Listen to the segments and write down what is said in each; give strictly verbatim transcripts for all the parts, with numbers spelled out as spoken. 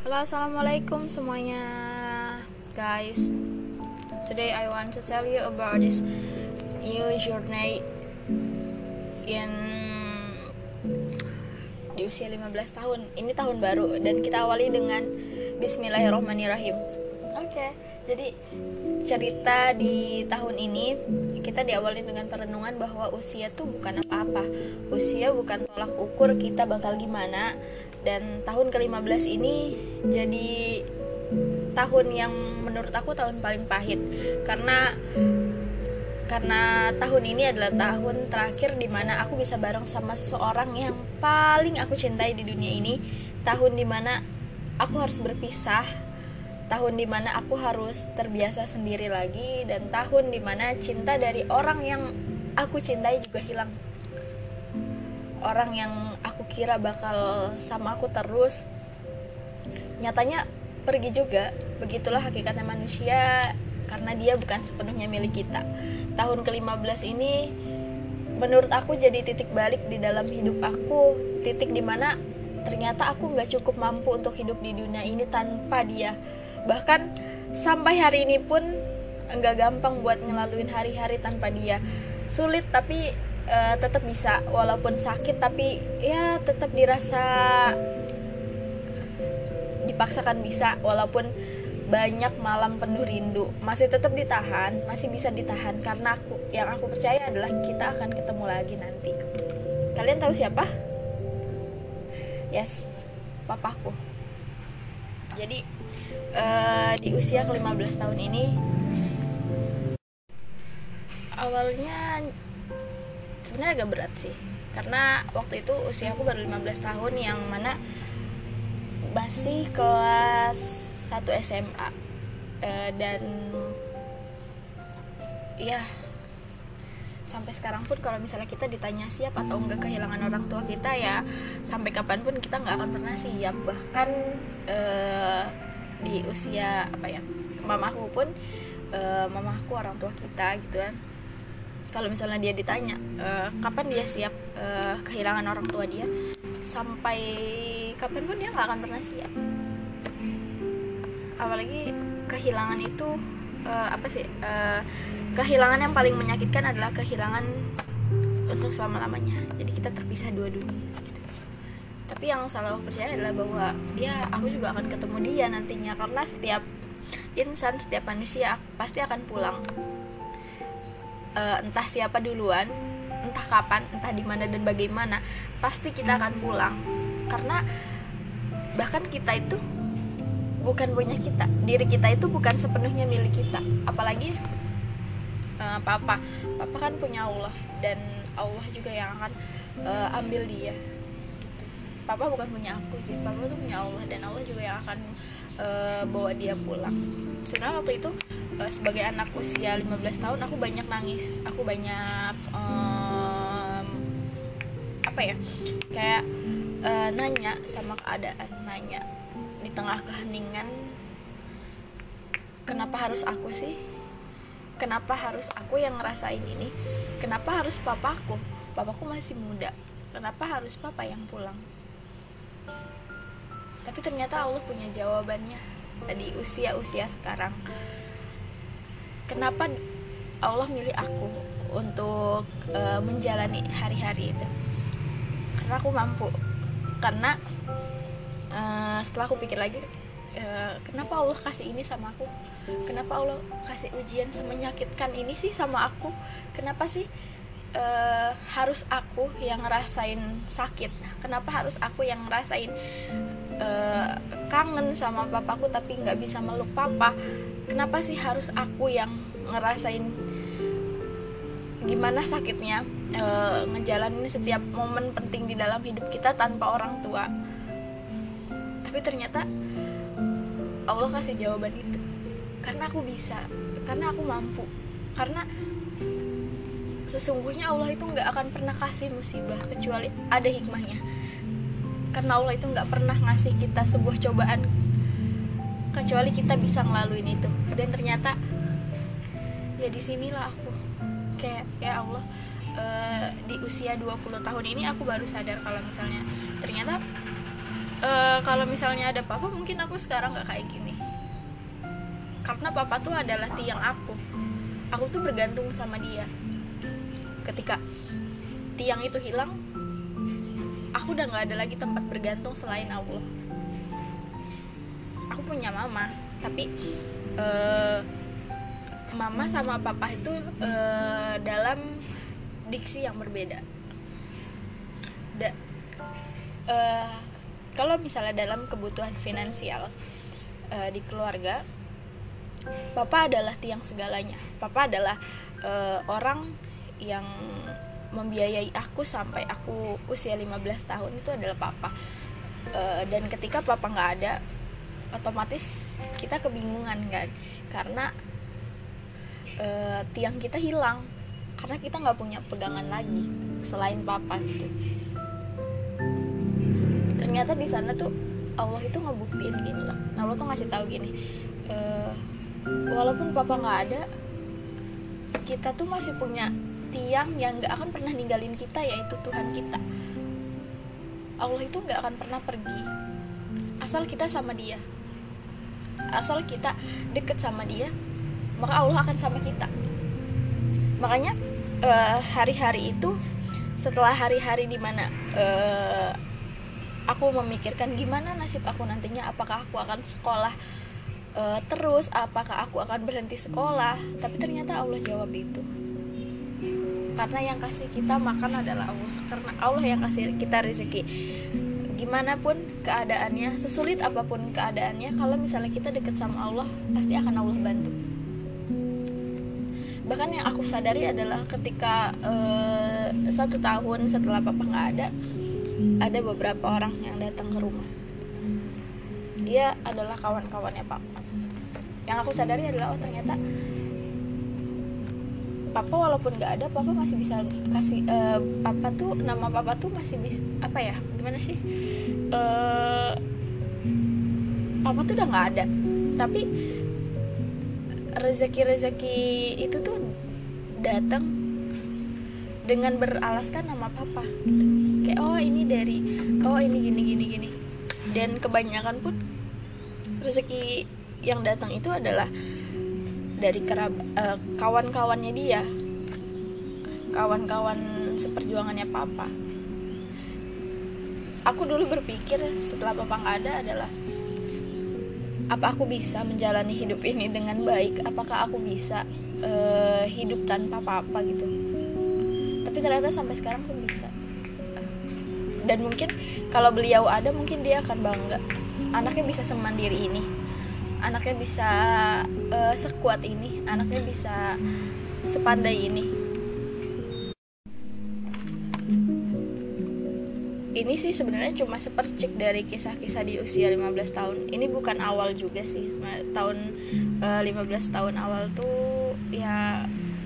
Halo, assalamualaikum semuanya, guys. Today I want to tell you about this new journey in di usia lima belas tahun. Ini tahun baru dan kita awali dengan Bismillahirrahmanirrahim. Oke, okay, jadi cerita di tahun ini kita diawali dengan perenungan bahwa usia tuh bukan apa-apa. Usia bukan tolak ukur kita bakal gimana. Dan tahun ke lima belas ini jadi tahun yang menurut aku tahun paling pahit karena karena tahun ini adalah tahun terakhir di mana aku bisa bareng sama seseorang yang paling aku cintai di dunia ini. Tahun di mana aku harus berpisah, tahun di mana aku harus terbiasa sendiri lagi, dan tahun di mana cinta dari orang yang aku cintai juga hilang. Orang yang aku kira bakal sama aku terus, nyatanya pergi juga. Begitulah hakikatnya manusia, karena dia bukan sepenuhnya milik kita. Tahun ke lima belas ini menurut aku jadi titik balik di dalam hidup aku. Titik dimana ternyata aku gak cukup mampu untuk hidup di dunia ini tanpa dia. Bahkan sampai hari ini pun gak gampang buat ngelaluin hari-hari tanpa dia. Sulit tapi Uh, tetap bisa, walaupun sakit tapi ya tetap dirasa dipaksakan bisa, walaupun banyak malam penuh rindu masih tetap ditahan, masih bisa ditahan karena aku yang aku percaya adalah kita akan ketemu lagi nanti. Kalian tahu siapa? Yes, papaku. Jadi uh, di usia ke lima belas tahun ini awalnya sebenarnya agak berat sih, karena waktu itu usia aku baru lima belas tahun, yang mana masih kelas satu S M A, e, dan ya sampai sekarang pun kalau misalnya kita ditanya siap atau enggak kehilangan orang tua kita, ya sampai kapanpun kita nggak akan pernah siap. Bahkan e, di usia apa ya, mamaku pun e, mamaku orang tua kita gitu kan, kalau misalnya dia ditanya uh, kapan dia siap uh, kehilangan orang tua dia, sampai kapan pun dia nggak akan pernah siap. Apalagi kehilangan itu uh, apa sih uh, kehilangan yang paling menyakitkan adalah kehilangan untuk selama-lamanya. Jadi kita terpisah dua dunia gitu. Tapi yang selalu aku percaya adalah bahwa ya aku juga akan ketemu dia nantinya, karena setiap insan, setiap manusia pasti akan pulang. Uh, entah siapa duluan, entah kapan, entah di mana dan bagaimana, pasti kita akan pulang. Karena bahkan kita itu bukan punya kita, diri kita itu bukan sepenuhnya milik kita. Apalagi uh, papa, papa kan punya Allah, dan Allah juga yang akan uh, ambil dia. Gitu. Papa bukan punya aku, jadi papa tuh punya Allah, dan Allah juga yang akan uh, bawa dia pulang. Sebenarnya waktu itu uh, sebagai anak usia lima belas tahun aku banyak nangis, aku banyak um, apa ya kayak uh, nanya sama keadaan, nanya di tengah keheningan, kenapa harus aku sih, kenapa harus aku yang ngerasain ini, kenapa harus papaku, papaku masih muda, kenapa harus papa yang pulang. Tapi ternyata Allah punya jawabannya di usia-usia sekarang. Kenapa Allah milih aku untuk uh, menjalani hari-hari itu? Karena aku mampu. Karena uh, setelah aku pikir lagi, uh, kenapa Allah kasih ini sama aku? Kenapa Allah kasih ujian semenyakitkan ini sih sama aku? Kenapa sih uh, harus aku yang ngerasain sakit? Kenapa harus aku yang ngerasain Uh, kangen sama papaku tapi nggak bisa meluk papa? Kenapa sih harus aku yang ngerasain gimana sakitnya uh, ngejalanin setiap momen penting di dalam hidup kita tanpa orang tua? Tapi ternyata Allah kasih jawaban itu karena aku bisa, karena aku mampu, karena sesungguhnya Allah itu nggak akan pernah kasih musibah kecuali ada hikmahnya. Karena Allah itu gak pernah ngasih kita sebuah cobaan kecuali kita bisa ngelaluin itu. Dan ternyata ya disinilah aku kayak, ya Allah, e, di usia dua puluh tahun ini aku baru sadar kalau misalnya ternyata uh, kalau misalnya ada papa mungkin aku sekarang nggak kayak gini, karena papa tuh adalah tiang aku. Aku tuh bergantung sama dia. Ketika tiang itu hilang, aku udah nggak ada lagi tempat bergantung selain Allah. Aku punya mama, tapi uh, mama sama papa itu uh, dalam diksi yang berbeda. Da, uh, kalau misalnya dalam kebutuhan finansial uh, di keluarga, papa adalah tiang segalanya. Papa adalah uh, orang yang membiayai aku sampai aku usia lima belas tahun, itu adalah papa. Uh, dan ketika papa nggak ada, otomatis kita kebingungan kan, karena uh, tiang kita hilang, karena kita nggak punya pegangan lagi selain papa gitu. Ternyata di sana tuh Allah itu ngebuktiin gini loh. Allah tuh ngasih tahu gini, e, walaupun papa nggak ada, kita tuh masih punya tiang yang nggak akan pernah ninggalin kita, yaitu Tuhan kita. Allah itu nggak akan pernah pergi asal kita sama Dia, asal kita deket sama Dia, maka Allah akan sama kita. Makanya e, hari-hari itu, setelah hari-hari dimana e, aku memikirkan gimana nasib aku nantinya, apakah aku akan sekolah uh, terus, apakah aku akan berhenti sekolah, tapi ternyata Allah jawab itu. Karena yang kasih kita makan adalah Allah, karena Allah yang kasih kita rezeki. Gimana pun keadaannya, sesulit apapun keadaannya, kalau misalnya kita dekat sama Allah, pasti akan Allah bantu. Bahkan yang aku sadari adalah ketika uh, satu tahun setelah papa nggak ada, ada beberapa orang yang datang ke rumah. Dia adalah kawan-kawannya papa. Yang aku sadari adalah, oh ternyata papa walaupun nggak ada, papa masih bisa kasih. Uh, papa tuh nama papa tuh masih bisa, apa ya? Gimana sih? Uh, papa tuh udah nggak ada, tapi rezeki-rezeki itu tuh datang dengan beralaskan nama papa gitu. Kayak oh ini dari, oh ini gini gini gini. Dan kebanyakan pun rezeki yang datang itu adalah dari kerab, uh, kawan-kawannya dia, kawan-kawan seperjuangannya papa. Aku dulu berpikir setelah papa nggak ada adalah, apa aku bisa menjalani hidup ini dengan baik? Apakah aku bisa uh, hidup tanpa papa gitu? Tapi ternyata sampai sekarang pun bisa. Dan mungkin kalau beliau ada, mungkin dia akan bangga, anaknya bisa semandiri ini, anaknya bisa uh, sekuat ini, anaknya bisa sepandai ini. Ini sih sebenarnya cuma sepercik dari kisah-kisah di usia lima belas tahun. Ini bukan awal juga sih. Tahun uh, lima belas tahun awal tuh ya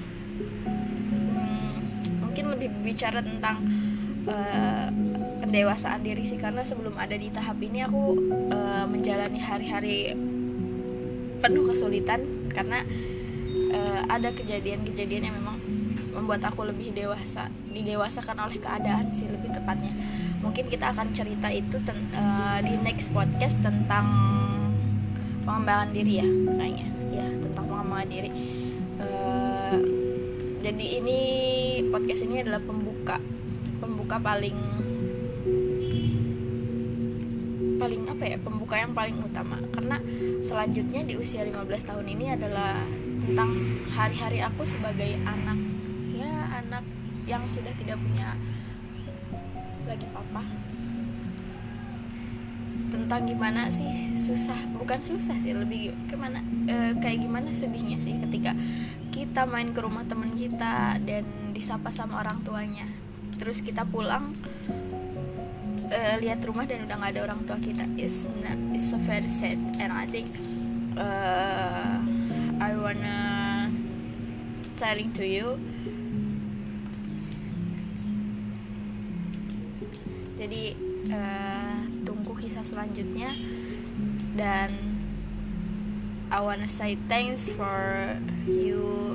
hmm, mungkin lebih bicara tentang uh, pendewasaan diri sih, karena sebelum ada di tahap ini aku uh, menjalani hari-hari penuh kesulitan, karena uh, ada kejadian-kejadian yang memang membuat aku lebih dewasa, didewasakan oleh keadaan sih lebih tepatnya. Mungkin kita akan cerita itu ten- uh, di next podcast tentang pengembangan diri ya, kayaknya ya, tentang pengembangan diri. Uh, jadi ini podcast ini adalah pembuka, pembuka paling paling apa ya, pembuka yang paling utama, karena selanjutnya di usia lima belas tahun ini adalah tentang hari-hari aku sebagai anak, ya anak yang sudah tidak punya lagi papa. Tentang gimana sih susah, bukan susah sih, lebih gimana e, kayak gimana sedihnya sih ketika kita main ke rumah teman kita dan disapa sama orang tuanya, terus kita pulang Uh, lihat rumah dan udah nggak ada orang tua kita. It's not, it's so very sad, and I think uh, I wanna telling to you. Jadi uh, tunggu kisah selanjutnya, dan I wanna say thanks for you.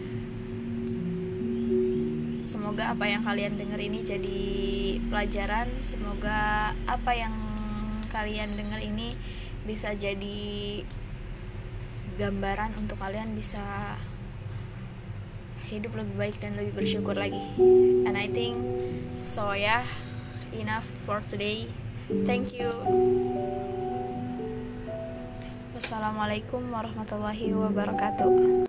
Semoga apa yang kalian dengar ini jadi pelajaran. Semoga apa yang kalian dengar ini bisa jadi gambaran untuk kalian bisa hidup lebih baik dan lebih bersyukur lagi. And I think so ya, yeah, enough for today. Thank you. Wassalamualaikum warahmatullahi wabarakatuh.